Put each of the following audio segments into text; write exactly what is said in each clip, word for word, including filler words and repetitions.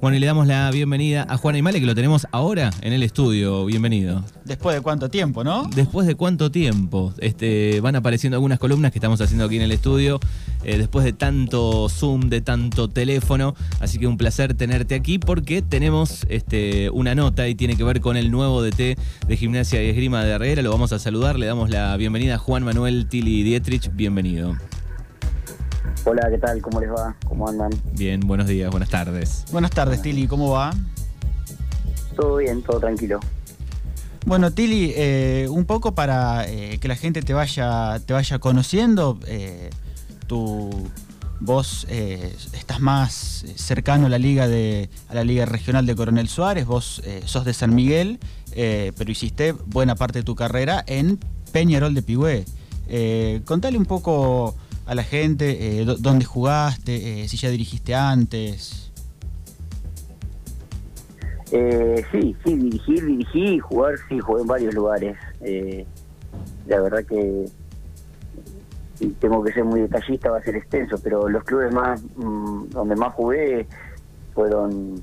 Bueno, y le damos la bienvenida a Juan Aymale, que lo tenemos ahora en el estudio. Bienvenido. Después de cuánto tiempo, ¿no? Después de cuánto tiempo. Este, van apareciendo algunas columnas que estamos haciendo aquí en el estudio, eh, después de tanto Zoom, de tanto teléfono. Así que un placer tenerte aquí porque tenemos este, una nota y tiene que ver con el nuevo D T de Gimnasia y Esgrima de Herrera. Lo vamos a saludar, le damos la bienvenida a Juan Manuel Tilly Dietrich. Bienvenido. Hola, ¿qué tal? ¿Cómo les va? ¿Cómo andan? Bien, buenos días, buenas tardes. Buenas tardes, Tilly, ¿cómo va? Todo bien, todo tranquilo. Bueno, Tilly, eh, un poco para eh, que la gente te vaya, te vaya conociendo, eh, tú, vos eh, estás más cercano a la liga de a la liga regional de Coronel Suárez, vos eh, sos de San Miguel, eh, pero hiciste buena parte de tu carrera en Peñarol de Pigüé. Eh, contale un poco a la gente eh, dónde jugaste, eh, si ya dirigiste antes. Eh, sí, sí, dirigir, dirigí, jugar, sí, jugué en varios lugares. Eh, la verdad que si tengo que ser muy detallista, va a ser extenso, pero los clubes más mmm, donde más jugué fueron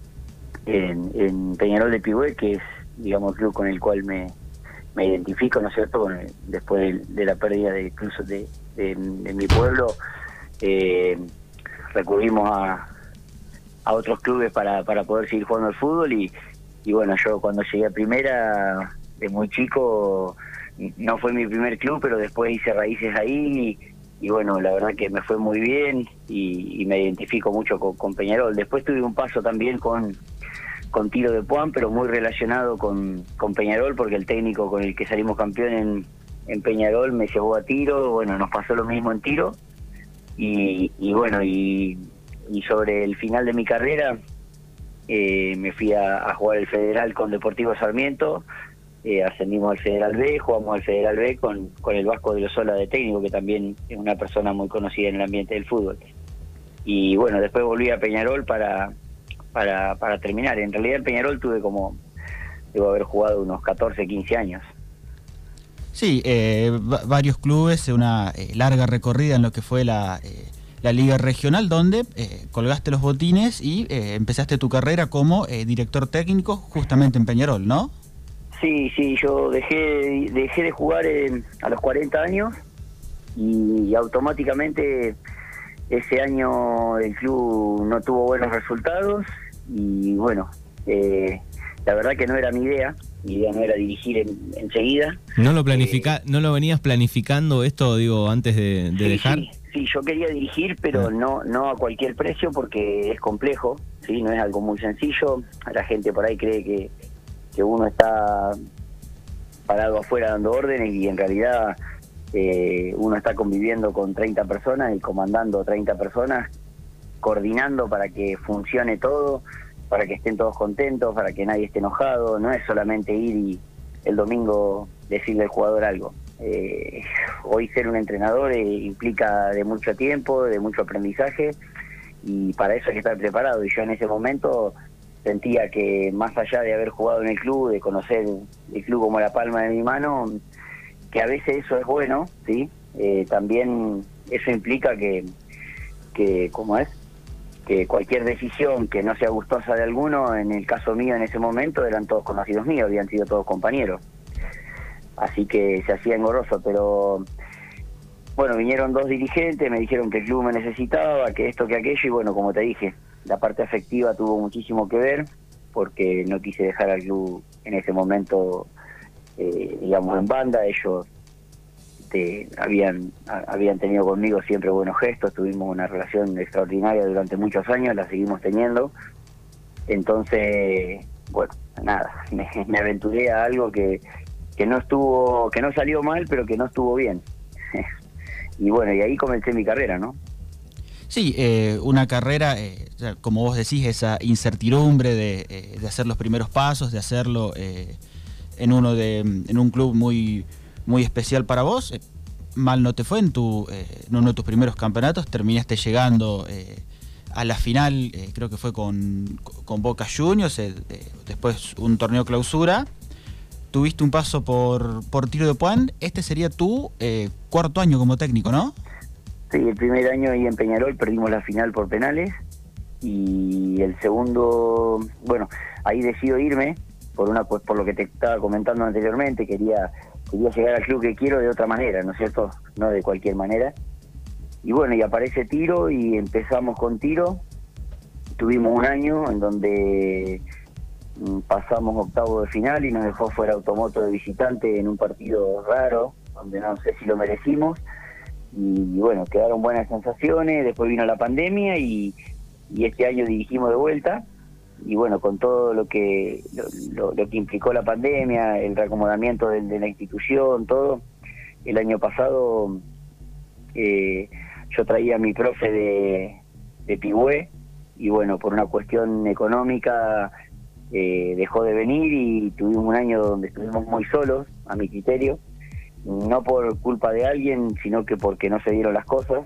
en, en Peñarol de Pigüé, que es, digamos, el club con el cual me, me identifico, ¿no es cierto? Con el, después de, de la pérdida de incluso de, de, de mi pueblo, eh, recurrimos a a otros clubes para, para poder seguir jugando al fútbol y, y bueno, yo cuando llegué a primera, de muy chico, no fue mi primer club, pero después hice raíces ahí y, y bueno, la verdad que me fue muy bien y, y me identifico mucho con, con Peñarol. Después tuve un paso también con, con Tiro de Puan, pero muy relacionado con, con Peñarol, porque el técnico con el que salimos campeón en, en Peñarol me llevó a Tiro, bueno, nos pasó lo mismo en Tiro y, y bueno, y y sobre el final de mi carrera eh, me fui a, a jugar el Federal con Deportivo Sarmiento, eh, ascendimos al Federal B, jugamos al Federal B con, con el Vasco de Lozola de técnico, que también es una persona muy conocida en el ambiente del fútbol. Y bueno, después volví a Peñarol para, para, para terminar. En realidad en Peñarol tuve como, debo haber jugado unos catorce, quince años. Sí, eh, varios clubes, una eh, larga recorrida en lo que fue la... Eh... la liga regional, donde eh, colgaste los botines y eh, empezaste tu carrera como eh, director técnico justamente en Peñarol, ¿no? Sí, sí, yo dejé dejé de jugar eh, a los cuarenta años y automáticamente ese año el club no tuvo buenos resultados y bueno, eh, la verdad que no era mi idea, mi idea no era dirigir en, enseguida. ¿No lo planifica, eh, no lo venías planificando esto, digo, antes de, de sí, dejar? Sí. Sí, yo quería dirigir, pero ah. no no a cualquier precio porque es complejo, sí, no es algo muy sencillo. La gente por ahí cree que, que uno está parado afuera dando órdenes y en realidad eh, uno está conviviendo con treinta personas y comandando treinta personas, coordinando para que funcione todo, para que estén todos contentos, para que nadie esté enojado. No es solamente ir y el domingo decirle al jugador algo. Eh, hoy ser un entrenador eh, implica de mucho tiempo, de mucho aprendizaje y para eso hay que estar preparado y yo en ese momento sentía que más allá de haber jugado en el club, de conocer el club como la palma de mi mano, que a veces eso es bueno, sí, eh, también eso implica que, que ¿cómo es? que cualquier decisión que no sea gustosa de alguno, en el caso mío en ese momento eran todos conocidos míos, habían sido todos compañeros. Así que se hacía engorroso, pero bueno, vinieron dos dirigentes, me dijeron que el club me necesitaba, que esto, que aquello, y bueno, como te dije, la parte afectiva tuvo muchísimo que ver, porque no quise dejar al club en ese momento, eh, digamos, en banda. Ellos te, habían, a, habían tenido conmigo siempre buenos gestos, tuvimos una relación extraordinaria durante muchos años, la seguimos teniendo. Entonces, bueno, nada, me, me aventuré a algo que que no estuvo, que no salió mal, pero que no estuvo bien. Y bueno, y ahí comencé mi carrera, ¿no? Sí, eh, una carrera, eh, como vos decís, esa incertidumbre de, eh, de hacer los primeros pasos, de hacerlo eh, en uno de, en un club muy, muy especial para vos. Eh, mal no te fue en tu, eh, en uno de tus primeros campeonatos, terminaste llegando eh, a la final, eh, creo que fue con, con Boca Juniors, eh, eh, después un torneo clausura. Tuviste un paso por, por Tiro de Puan. Este sería tu eh, cuarto año como técnico, ¿no? Sí, el primer año ahí en Peñarol perdimos la final por penales y el segundo, bueno, ahí decido irme por una pues por lo que te estaba comentando anteriormente, quería quería llegar al club que quiero de otra manera, ¿no es cierto? No de cualquier manera. Y bueno, y aparece Tiro y empezamos con Tiro. Tuvimos un año en donde pasamos octavo de final y nos dejó fuera Automoto de visitante en un partido raro, donde no sé si lo merecimos. Y bueno, quedaron buenas sensaciones, después vino la pandemia y, y este año dirigimos de vuelta. Y bueno, con todo lo que lo, lo, lo que implicó la pandemia, el reacomodamiento de, de la institución, todo, el año pasado eh, yo traía a mi profe de, de Pigüé y bueno, por una cuestión económica eh, dejó de venir y tuvimos un año donde estuvimos muy solos, a mi criterio, no por culpa de alguien, sino que porque no se dieron las cosas.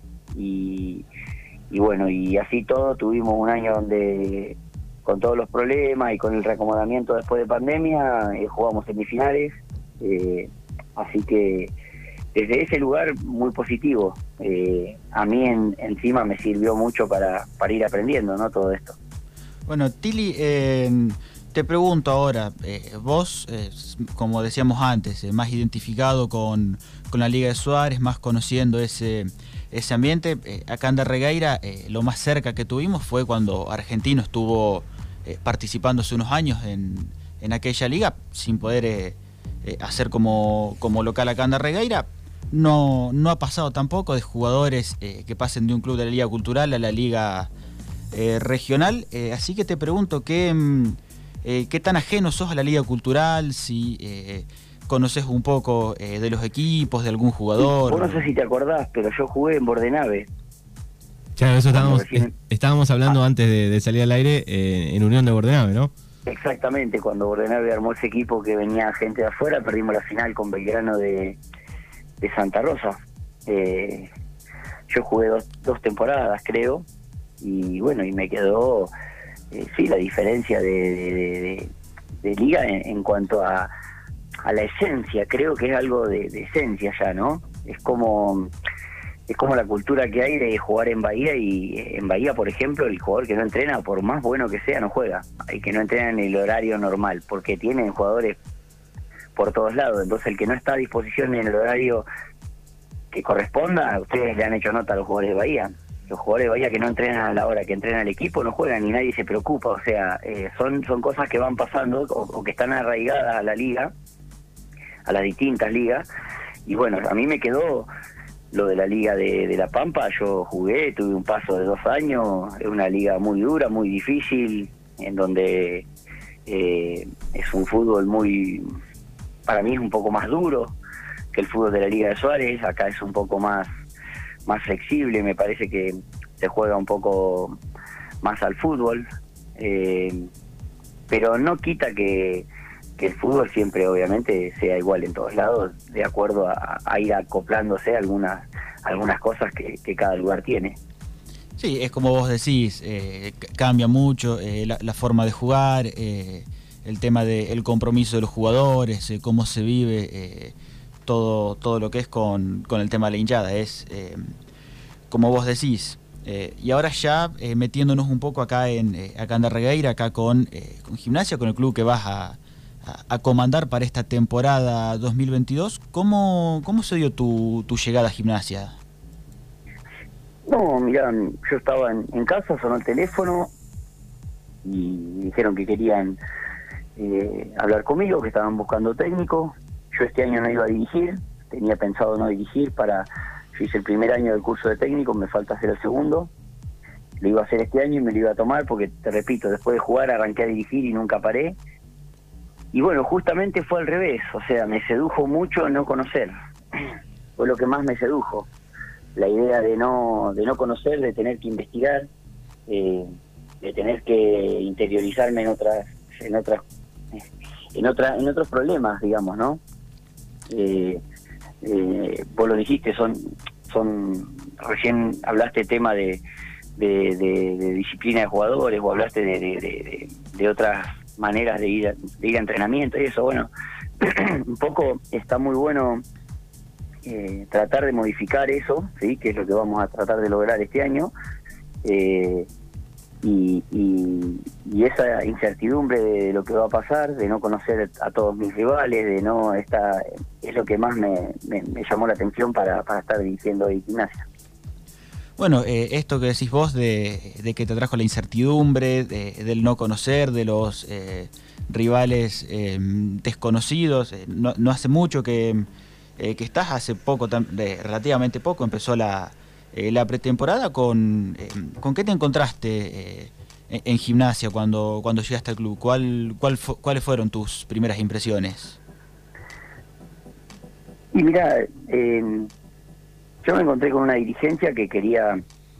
Y, y bueno, y así todo, tuvimos un año donde con todos los problemas y con el reacomodamiento después de pandemia, eh, jugamos semifinales, eh, así que desde ese lugar muy positivo. Eh, a mí en, encima me sirvió mucho para, para ir aprendiendo, ¿no? Todo esto. Bueno, Tili, eh, te pregunto ahora, eh, vos, eh, como decíamos antes, eh, más identificado con, con la Liga de Suárez, más conociendo ese, ese ambiente, eh, acá en Darregueira eh, lo más cerca que tuvimos fue cuando Argentino estuvo eh, participando hace unos años en, en aquella liga, sin poder eh, eh, hacer como, como local acá en Darregueira. No, no ha pasado tampoco de jugadores eh, que pasen de un club de la Liga Cultural a la Liga eh, Regional, eh, así que te pregunto, ¿qué, eh, ¿qué tan ajeno sos a la Liga Cultural? Si eh, conoces un poco eh, de los equipos, de algún jugador. Vos no sé si te acordás, pero yo jugué en Bordenave. Claro, eso estábamos, recién... estábamos hablando ah. antes de, de salir al aire eh, en Unión de Bordenave, ¿no? Exactamente, cuando Bordenave armó ese equipo que venía gente de afuera, perdimos la final con Belgrano de, de Santa Rosa. Eh, yo jugué dos, dos temporadas, creo, y bueno, y me quedó, eh, sí, la diferencia de, de, de, de liga en, en cuanto a, a la esencia. Creo que es algo de, de esencia ya, ¿no? Es como... Es como la cultura que hay de jugar en Bahía, y en Bahía, por ejemplo, el jugador que no entrena, por más bueno que sea, no juega. Hay que no entrena en el horario normal, porque tienen jugadores por todos lados. Entonces, el que no está a disposición en el horario que corresponda, ustedes le han hecho nota a los jugadores de Bahía. Los jugadores de Bahía que no entrenan a la hora que entrena el equipo no juegan y nadie se preocupa. O sea, eh, son, son cosas que van pasando o, o que están arraigadas a la liga, a las distintas ligas. Y bueno, a mí me quedó... Lo de la Liga de, de La Pampa, yo jugué, tuve un paso de dos años, es una liga muy dura, muy difícil, en donde eh, es un fútbol muy, para mí es un poco más duro que el fútbol de la Liga de Suárez. Acá es un poco más, más flexible, me parece que se juega un poco más al fútbol, eh, pero no quita que... que el fútbol siempre obviamente sea igual en todos lados, de acuerdo a, a ir acoplándose a algunas, algunas cosas que, que cada lugar tiene. Sí, es como vos decís, eh, cambia mucho eh, la, la forma de jugar, eh, el tema del compromiso de los jugadores, eh, cómo se vive eh, todo, todo lo que es con, con el tema de la hinchada, es eh, como vos decís. Eh, y ahora ya eh, metiéndonos un poco acá en, eh, acá en Darregueira, acá con, eh, con Gimnasia, con el club que vas a... a comandar para esta temporada dos mil veintidós. ¿Cómo, cómo se dio tu, tu llegada a Gimnasia? No, mirá, yo estaba en, en casa, sonó el teléfono y dijeron que querían eh, hablar conmigo, que estaban buscando técnico. Yo este año no iba a dirigir, tenía pensado no dirigir. Para yo hice el primer año del curso de técnico, me falta hacer el segundo. Lo iba a hacer este año y me lo iba a tomar porque, te repito, después de jugar arranqué a dirigir y nunca paré. Y bueno, justamente fue al revés, o sea, me sedujo mucho no conocer, fue lo que más me sedujo, la idea de no de no conocer, de tener que investigar, eh, de tener que interiorizarme en otras en otras en otra, en otros problemas, digamos, ¿no? Eh, eh, vos lo dijiste, son son recién hablaste tema de de, de, de disciplina de jugadores, o hablaste de, de, de, de otras maneras de ir, a, de ir a entrenamiento y eso. Bueno, un poco está muy bueno eh, tratar de modificar eso, ¿sí? Que es lo que vamos a tratar de lograr este año, eh, y, y, y esa incertidumbre de lo que va a pasar, de no conocer a todos mis rivales, de no estar, es lo que más me, me, me llamó la atención para, para estar dirigiendo hoy Gimnasia. Bueno, eh, esto que decís vos de, de que te trajo la incertidumbre, de, del no conocer, de los eh, rivales eh, desconocidos, eh, no, no hace mucho que, eh, que estás, hace poco, de, relativamente poco, empezó la, eh, la pretemporada. Con, eh, ¿Con qué te encontraste eh, en, en Gimnasia cuando, cuando llegaste al club? ¿Cuál, cuál fu ¿Cuáles fueron tus primeras impresiones? Y mira, eh, yo me encontré con una dirigencia que quería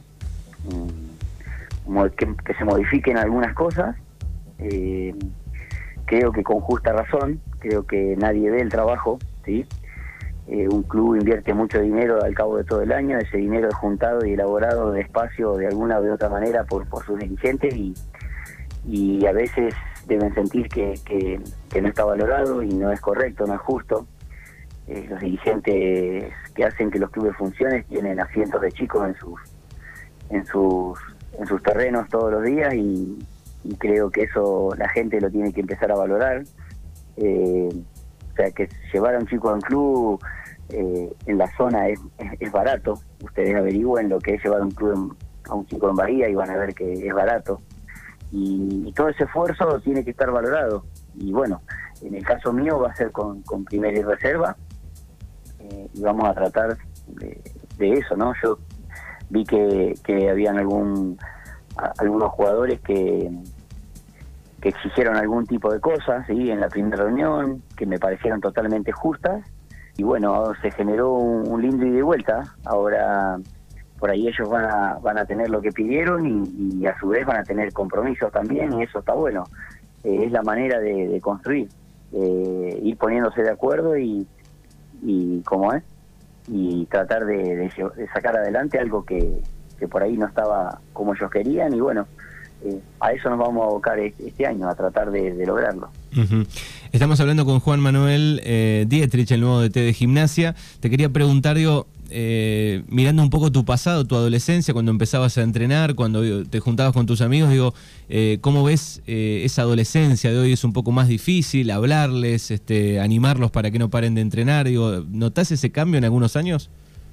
um, que, que se modifiquen algunas cosas. Eh, creo que con justa razón, creo que nadie ve el trabajo, ¿sí? Eh, un club invierte mucho dinero al cabo de todo el año, ese dinero es juntado y elaborado despacio de alguna o de otra manera por, por sus dirigentes y, y a veces deben sentir que, que, que no está valorado y no es correcto, no es justo. Eh, los dirigentes que hacen que los clubes funcionen tienen a cientos de chicos en sus en sus en sus terrenos todos los días y, y creo que eso la gente lo tiene que empezar a valorar. Eh, o sea, que llevar a un chico a un club eh, en la zona es, es, es barato. Ustedes averigüen lo que es llevar un club en, a un chico en Bahía y van a ver que es barato. Y, y todo ese esfuerzo tiene que estar valorado. Y bueno, en el caso mío va a ser con, con primera y reserva. Eh, y vamos a tratar de, de eso, ¿no? Yo vi que, que habían algún a, algunos jugadores que, que exigieron algún tipo de cosas, ¿sí? En la primera reunión, que me parecieron totalmente justas, y bueno, se generó un, un lindo ida y vuelta. Ahora por ahí ellos van a, van a tener lo que pidieron y, y a su vez van a tener compromisos también, y eso está bueno. Eh, es la manera de, de construir, eh, ir poniéndose de acuerdo y y cómo es y tratar de, de, de sacar adelante algo que, que por ahí no estaba como ellos querían y bueno, eh, a eso nos vamos a abocar este, este año, a tratar de, de lograrlo. Uh-huh. Estamos hablando con Juan Manuel eh, Dietrich, el nuevo D T de Gimnasia. Te quería preguntar, digo, eh, mirando un poco tu pasado, tu adolescencia, cuando empezabas a entrenar, cuando digo, te juntabas con tus amigos, digo, eh, ¿cómo ves eh, esa adolescencia de hoy? ¿Es un poco más difícil hablarles, este, animarlos para que no paren de entrenar? Digo, ¿notás ese cambio en algunos años?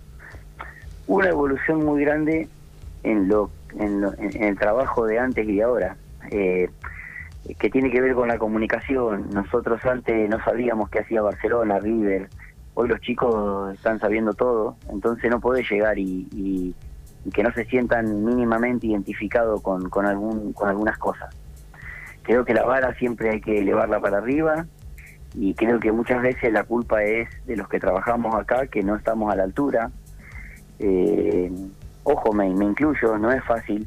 Una evolución muy grande en lo, en, lo, en el trabajo de antes y de ahora, eh, que tiene que ver con la comunicación. Nosotros antes no sabíamos qué hacía Barcelona, River. Hoy los chicos están sabiendo todo, entonces no podés llegar y, y, y que no se sientan mínimamente identificados con, con, algún, con algunas cosas. Creo que la vara siempre hay que elevarla para arriba y creo que muchas veces la culpa es de los que trabajamos acá, que no estamos a la altura. Eh, ojo, me, me incluyo, no es fácil.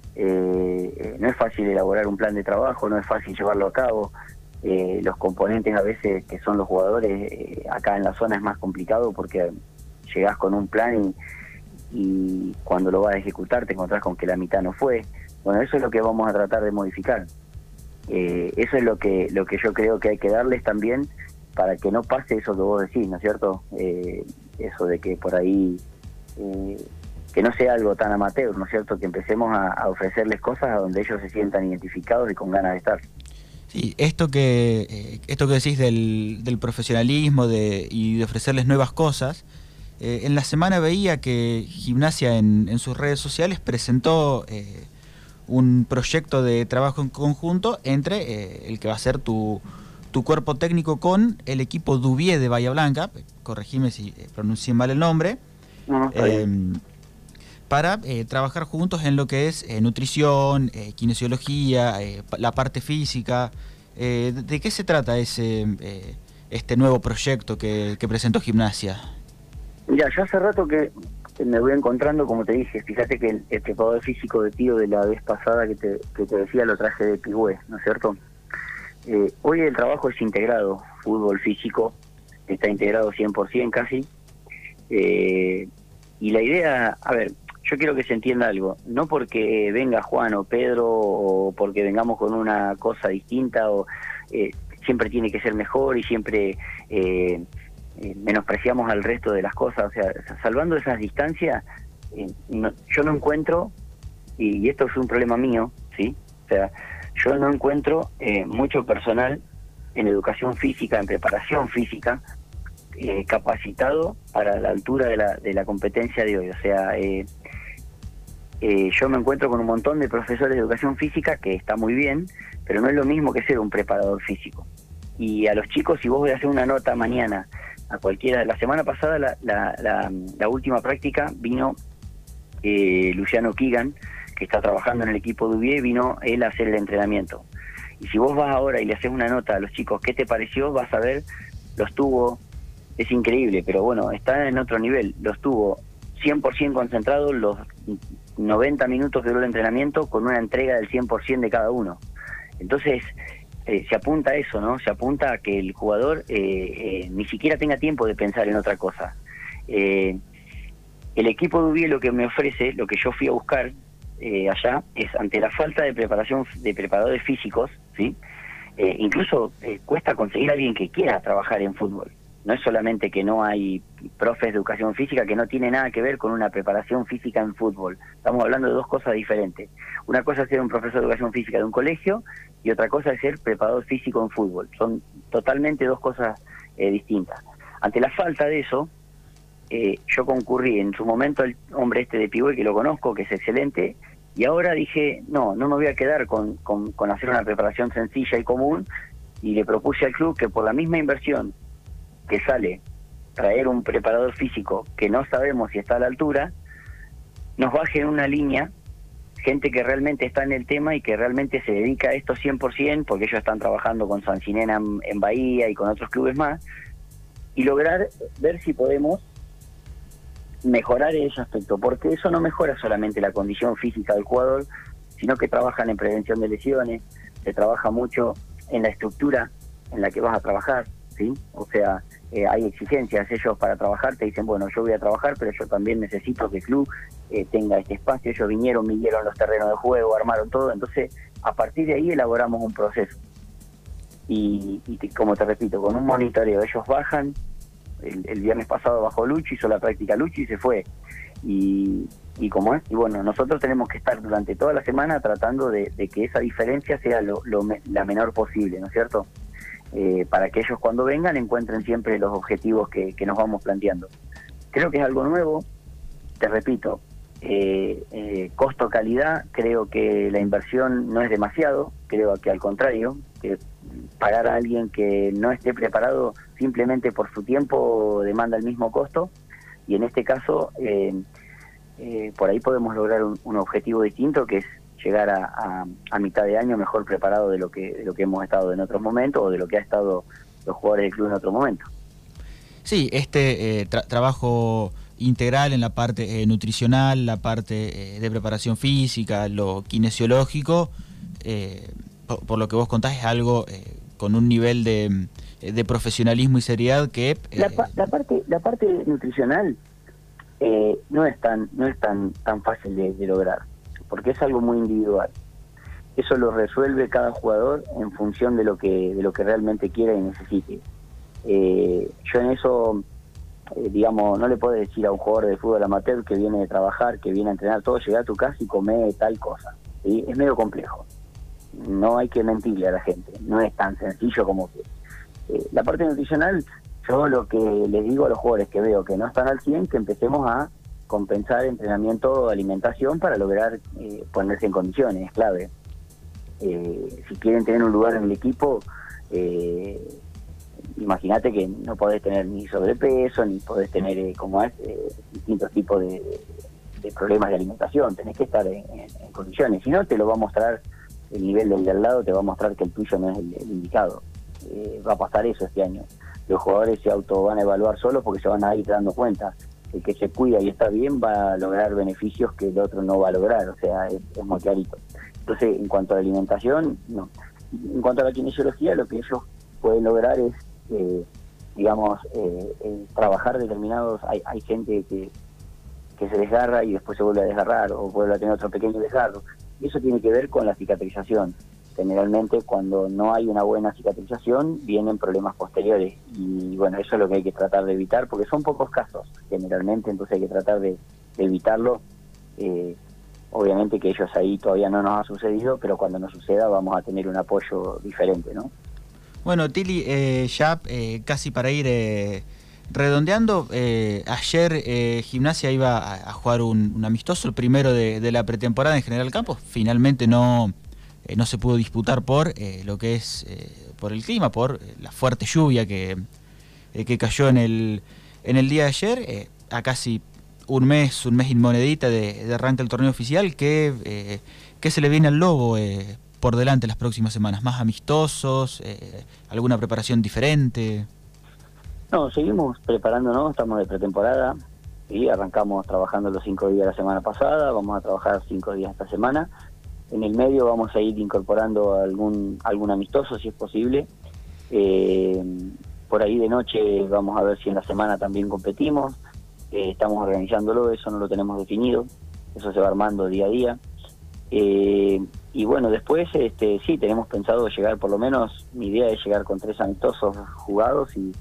Eh, no es fácil elaborar un plan de trabajo, no es fácil llevarlo a cabo. Eh, los componentes a veces que son los jugadores, eh, acá en la zona es más complicado porque llegás con un plan y, y cuando lo vas a ejecutar te encontrás con que la mitad no fue. Bueno, eso es lo que vamos a tratar de modificar. Eh, eso es lo que lo que yo creo que hay que darles también para que no pase eso que vos decís, ¿no es cierto? Eh, eso de que por ahí eh, que no sea algo tan amateur, ¿no es cierto? Que empecemos a, a ofrecerles cosas a donde ellos se sientan identificados y con ganas de estar. Sí, esto que eh, esto que decís del, del profesionalismo de, y de ofrecerles nuevas cosas, eh, en la semana veía que Gimnasia en, en sus redes sociales presentó eh, un proyecto de trabajo en conjunto entre eh, el que va a ser tu, tu cuerpo técnico con el equipo Dubié de Bahía Blanca, corregime si eh, pronuncié mal el nombre, No, no, está bien. eh, para eh, trabajar juntos en lo que es eh, nutrición, eh, kinesiología, eh, la parte física. Eh, ¿De qué se trata ese eh, este nuevo proyecto que, que presentó Gimnasia? Mira, yo hace rato que me voy encontrando, como te dije, fíjate que el, el preparador físico de Tío de la vez pasada que te, que te decía lo traje de Pigüé, ¿no es cierto? Eh, hoy el trabajo es integrado, fútbol físico, está integrado cien por ciento casi, eh, y la idea, a ver, yo quiero que se entienda algo, no porque venga Juan o Pedro o porque vengamos con una cosa distinta o eh, siempre tiene que ser mejor y siempre eh, eh, menospreciamos al resto de las cosas, o sea, salvando esas distancias, eh, no, yo no encuentro, y, y esto es un problema mío, ¿sí? ¿sí? O sea, yo no encuentro eh, mucho personal en educación física, en preparación física, eh, capacitado para la altura de la, de la competencia de hoy. O sea, eh, eh, yo me encuentro con un montón de profesores de educación física que está muy bien, pero no es lo mismo que ser un preparador físico. Y a los chicos, si vos voy a hacer una nota mañana a cualquiera, la semana pasada la, la, la, la última práctica vino eh, Luciano Keegan, que está trabajando en el equipo de U B I E, vino él a hacer el entrenamiento. Y si vos vas ahora y le haces una nota a los chicos, ¿qué te pareció? Vas a ver, los tuvo, es increíble, pero bueno, está en otro nivel, los tuvo cien por ciento concentrados los noventa minutos que duró el entrenamiento con una entrega del cien por ciento de cada uno. Entonces, eh, se apunta a eso, ¿no? Se apunta a que el jugador eh, eh, ni siquiera tenga tiempo de pensar en otra cosa. Eh, el equipo de U B I E lo que me ofrece, lo que yo fui a buscar eh, allá, es ante la falta de preparación de preparadores físicos, ¿sí? Eh, incluso eh, cuesta conseguir a alguien que quiera trabajar en fútbol. No es solamente que no hay profes de educación física, que no tiene nada que ver con una preparación física en fútbol. Estamos hablando de dos cosas diferentes. Una cosa es ser un profesor de educación física de un colegio y otra cosa es ser preparador físico en fútbol. Son totalmente dos cosas eh, distintas. Ante la falta de eso, eh, yo concurrí en su momento al hombre este de Pigüé, que lo conozco, que es excelente, y ahora dije, no, no me voy a quedar con, con, con hacer una preparación sencilla y común, y le propuse al club que por la misma inversión que sale traer un preparador físico que no sabemos si está a la altura, nos baje en una línea gente que realmente está en el tema y que realmente se dedica a esto cien por ciento, porque ellos están trabajando con Sancinena en, en Bahía y con otros clubes más, y lograr ver si podemos mejorar ese aspecto, porque eso no mejora solamente la condición física del jugador, sino que trabajan en prevención de lesiones, se trabaja mucho en la estructura en la que vas a trabajar, ¿sí? O sea, eh, hay exigencias, ellos para trabajar te dicen, bueno, yo voy a trabajar, pero yo también necesito que el club eh, tenga este espacio. Ellos vinieron, midieron los terrenos de juego, armaron todo, entonces a partir de ahí elaboramos un proceso. Y, y como te repito, con un monitoreo, ellos bajan, el, el viernes pasado bajó Lucho, hizo la práctica Lucho y se fue. Y, y como es, y bueno, nosotros tenemos que estar durante toda la semana tratando de, de que esa diferencia sea lo, lo, la menor posible, ¿no es cierto? Eh, para que ellos cuando vengan encuentren siempre los objetivos que, que nos vamos planteando. Creo que es algo nuevo, te repito, eh, eh, costo-calidad, creo que la inversión no es demasiado, creo que al contrario, que pagar a alguien que no esté preparado simplemente por su tiempo demanda el mismo costo, y en este caso eh, eh, por ahí podemos lograr un, un objetivo distinto, que es llegar a, a, a mitad de año mejor preparado de lo que de lo que hemos estado en otros momentos o de lo que ha estado los jugadores del club en otro momento. Sí, este eh, tra trabajo integral en la parte eh, nutricional, la parte eh, de preparación física, lo kinesiológico, eh, por, por lo que vos contás, es algo eh, con un nivel de, de profesionalismo y seriedad que... Eh... La, la parte la parte nutricional eh, no es tan no es tan tan fácil de, de lograr, porque es algo muy individual. Eso lo resuelve cada jugador en función de lo que de lo que realmente quiera y necesite. Eh, yo en eso, eh, digamos, no le puedo decir a un jugador de fútbol amateur que viene de trabajar, que viene a entrenar todo, llegar a tu casa y comer tal cosa, ¿sí? Es medio complejo. No hay que mentirle a la gente, no es tan sencillo como que... Eh, la parte nutricional, yo lo que les digo a los jugadores que veo que no están al cien, que empecemos a compensar entrenamiento, alimentación para lograr eh, ponerse en condiciones, es clave. Eh, si quieren tener un lugar en el equipo, eh, imagínate que no podés tener ni sobrepeso, ni podés tener, eh, como es, eh, distintos tipos de, de problemas de alimentación, tenés que estar en, en, en condiciones, si no te lo va a mostrar el nivel del de al lado, te va a mostrar que el tuyo no es el, el indicado. Eh, va a pasar eso este año. Los jugadores se auto van a evaluar solos porque se van a ir dando cuenta. El que se cuida y está bien va a lograr beneficios que el otro no va a lograr, o sea, es, es muy clarito. Entonces, en cuanto a la alimentación, no. En cuanto a la kinesiología, lo que ellos pueden lograr es, eh, digamos, eh, eh, trabajar determinados... Hay, hay gente que, que se desgarra y después se vuelve a desgarrar, o vuelve a tener otro pequeño desgarro. Y eso tiene que ver con la cicatrización. Generalmente, cuando no hay una buena cicatrización, vienen problemas posteriores. Y bueno, eso es lo que hay que tratar de evitar, porque son pocos casos, generalmente, entonces hay que tratar de, de evitarlo. Eh, obviamente que ellos ahí todavía no nos ha sucedido, pero cuando nos suceda vamos a tener un apoyo diferente, ¿no? Bueno, Tili, eh, ya eh, casi para ir eh, redondeando, eh, ayer eh, Gimnasia iba a, a jugar un, un amistoso, el primero de, de la pretemporada en General Campos. Finalmente no, eh, no se pudo disputar por eh, lo que es eh, por el clima, por eh, la fuerte lluvia que, eh, que cayó en el, en el día de ayer. Eh, a casi un mes, un mes y monedita de, de arranque el torneo oficial. ¿Qué, eh, qué se le viene al Lobo eh, por delante las próximas semanas? ¿Más amistosos? Eh, ¿Alguna preparación diferente? No, seguimos preparándonos, estamos de pretemporada y arrancamos trabajando los cinco días la semana pasada, vamos a trabajar cinco días esta semana. En el medio vamos a ir incorporando algún algún amistoso si es posible. Eh, por ahí de noche vamos a ver si en la semana también competimos. Eh, estamos organizándolo, eso no lo tenemos definido, eso se va armando día a día. Eh, y bueno, después este, sí, tenemos pensado llegar, por lo menos mi idea es llegar con tres amistosos jugados y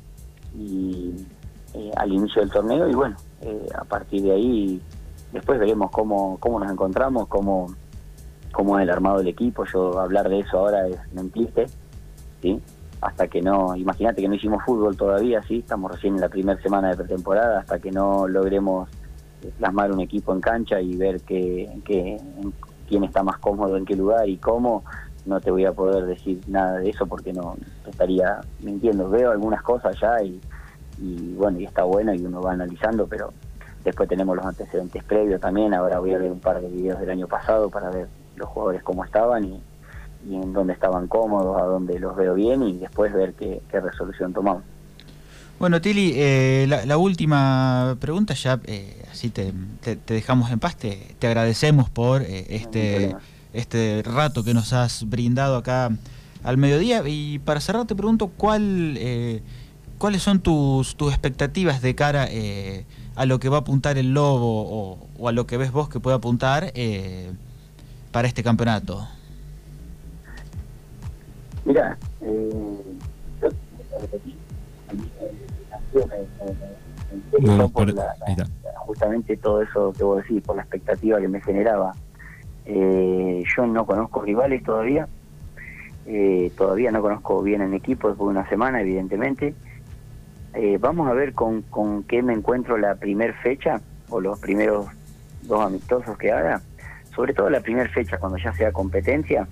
y eh, al inicio del torneo, y bueno, eh, a partir de ahí después veremos cómo cómo nos encontramos, cómo cómo es el armado del equipo. Yo hablar de eso ahora es mentirte, ¿sí? Hasta que no, imagínate que no hicimos fútbol todavía, sí, estamos recién en la primera semana de pretemporada, hasta que no logremos plasmar un equipo en cancha y ver que, que en, quién está más cómodo en qué lugar y cómo, no te voy a poder decir nada de eso porque no te estaría mintiendo. Veo algunas cosas ya y, y bueno, y está bueno y uno va analizando, pero después tenemos los antecedentes previos también. Ahora voy a ver un par de videos del año pasado para ver los jugadores cómo estaban y, y en dónde estaban cómodos, a dónde los veo bien, y después ver qué, qué resolución tomamos. Bueno, Tili, eh, la, la última pregunta ya, eh, así te, te, te dejamos en paz. Te, te agradecemos por eh, este... este rato que nos has brindado acá al mediodía. Y para cerrar te pregunto cuál eh, cuáles son tus, tus expectativas de cara eh, a lo que va a apuntar el Lobo o, o a lo que ves vos que puede apuntar eh, para este campeonato. Mirá, eh, yo, no, por por, la, la, justamente todo eso que vos decís, por la expectativa que me generaba. Eh, yo no conozco rivales todavía, eh, todavía no conozco bien el equipo después de una semana, evidentemente. Eh, vamos a ver con, con qué me encuentro la primer fecha o los primeros dos amistosos que haga, sobre todo la primera fecha cuando ya sea competencia,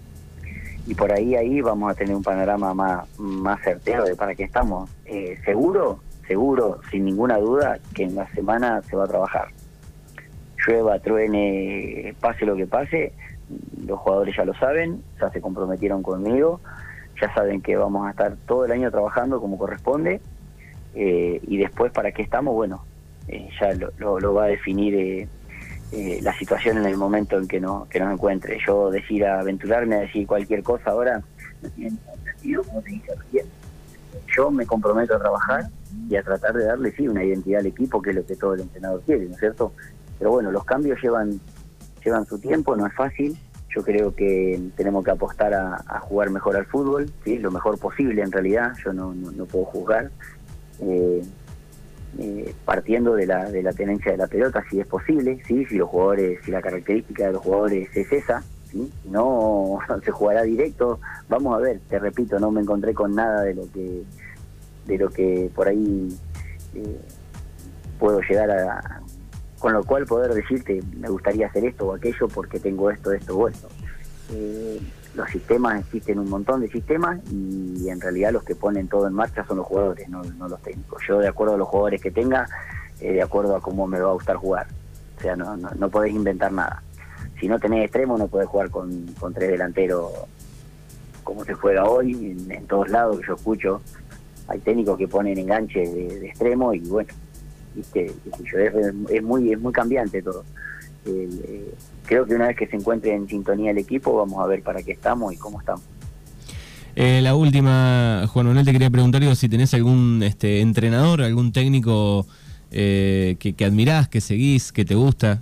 y por ahí ahí vamos a tener un panorama más, más certero de para qué estamos. Eh, seguro, seguro, sin ninguna duda, que en la semana se va a trabajar. Llueva, truene, pase lo que pase, los jugadores ya lo saben, ya se comprometieron conmigo, ya saben que vamos a estar todo el año trabajando como corresponde, eh, y después para qué estamos, bueno, eh, ya lo, lo, lo va a definir eh, eh, la situación en el momento en que, no, que nos encuentre. Yo decir, aventurarme a decir cualquier cosa ahora no tiene ningún sentido, como te dije recién. Yo me comprometo a trabajar y a tratar de darle, sí, una identidad al equipo, que es lo que todo el entrenador quiere, ¿no es cierto? Pero bueno, los cambios llevan llevan su tiempo, no es fácil. Yo creo que tenemos que apostar a, a jugar mejor al fútbol, ¿sí? Lo mejor posible en realidad. Yo no, no, no puedo juzgar. Eh, eh, partiendo de la de la tenencia de la pelota, si es posible, ¿sí? Si los jugadores, si la característica de los jugadores es esa, ¿sí? Si no, se jugará directo. Vamos a ver, te repito, no me encontré con nada de lo que de lo que por ahí eh, puedo llegar a... con lo cual poder decirte, me gustaría hacer esto o aquello porque tengo esto, esto o esto. Eh, los sistemas, existen un montón de sistemas y en realidad los que ponen todo en marcha son los jugadores, no, no los técnicos. Yo, de acuerdo a los jugadores que tenga, eh, de acuerdo a cómo me va a gustar jugar. O sea, no, no, no podés inventar nada. Si no tenés extremo, no podés jugar con, con tres delanteros como se juega hoy, en, en todos lados que yo escucho. Hay técnicos que ponen enganches de, de extremo y bueno, ¿viste? Es, es muy es muy cambiante todo. Eh, eh, creo que una vez que se encuentre en sintonía el equipo, vamos a ver para qué estamos y cómo estamos. Eh, la última, Juan Manuel, te quería preguntar digo, si tenés algún este, entrenador, algún técnico eh, que, que admirás, que seguís, que te gusta.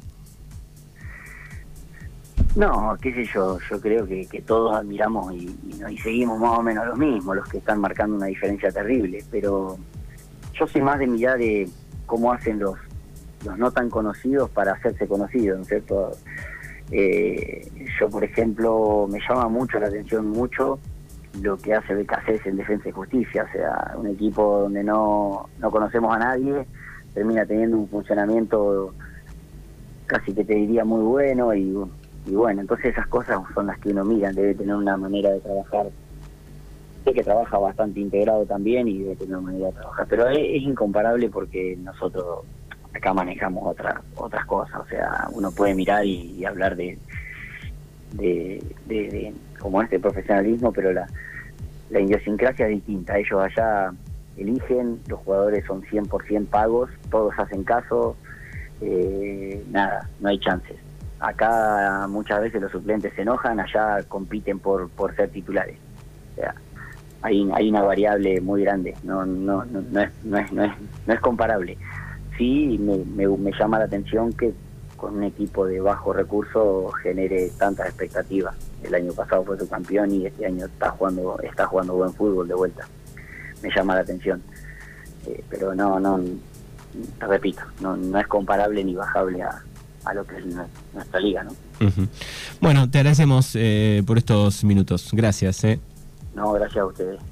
No, qué sé yo, yo creo que, que todos admiramos y, y, y seguimos más o menos los mismos, los que están marcando una diferencia terrible, pero yo soy más de mirar de cómo hacen los los no tan conocidos para hacerse conocidos, ¿no es cierto? Eh, yo, por ejemplo, me llama mucho la atención, mucho lo que hace B K C S en Defensa y Justicia, o sea, un equipo donde no, no conocemos a nadie, termina teniendo un funcionamiento casi que te diría muy bueno, y, y bueno, entonces esas cosas son las que uno mira, debe tener una manera de trabajar, sé que trabaja bastante integrado también y debe tener una manera de trabajar, pero es, es incomparable porque nosotros acá manejamos otras otras cosas, o sea, uno puede mirar y, y hablar de, de, de, de como este profesionalismo, pero la, la idiosincrasia es distinta. Ellos allá eligen, los jugadores son cien por ciento pagos, todos hacen caso, eh, nada, no hay chances. Acá muchas veces los suplentes se enojan, allá compiten por, por ser titulares. O sea, hay, hay una variable muy grande, no, no, no, no, es, no, es, no, es, no es comparable. Sí, me, me, me llama la atención que con un equipo de bajo recurso genere tantas expectativas. El año pasado fue subcampeón y este año está jugando está jugando buen fútbol de vuelta. Me llama la atención. Eh, pero no, no, te repito, no, no es comparable ni bajable a, a lo que es nuestra liga, ¿no? Uh-huh. Bueno, te agradecemos eh, por estos minutos. Gracias. Eh. No, gracias a ustedes.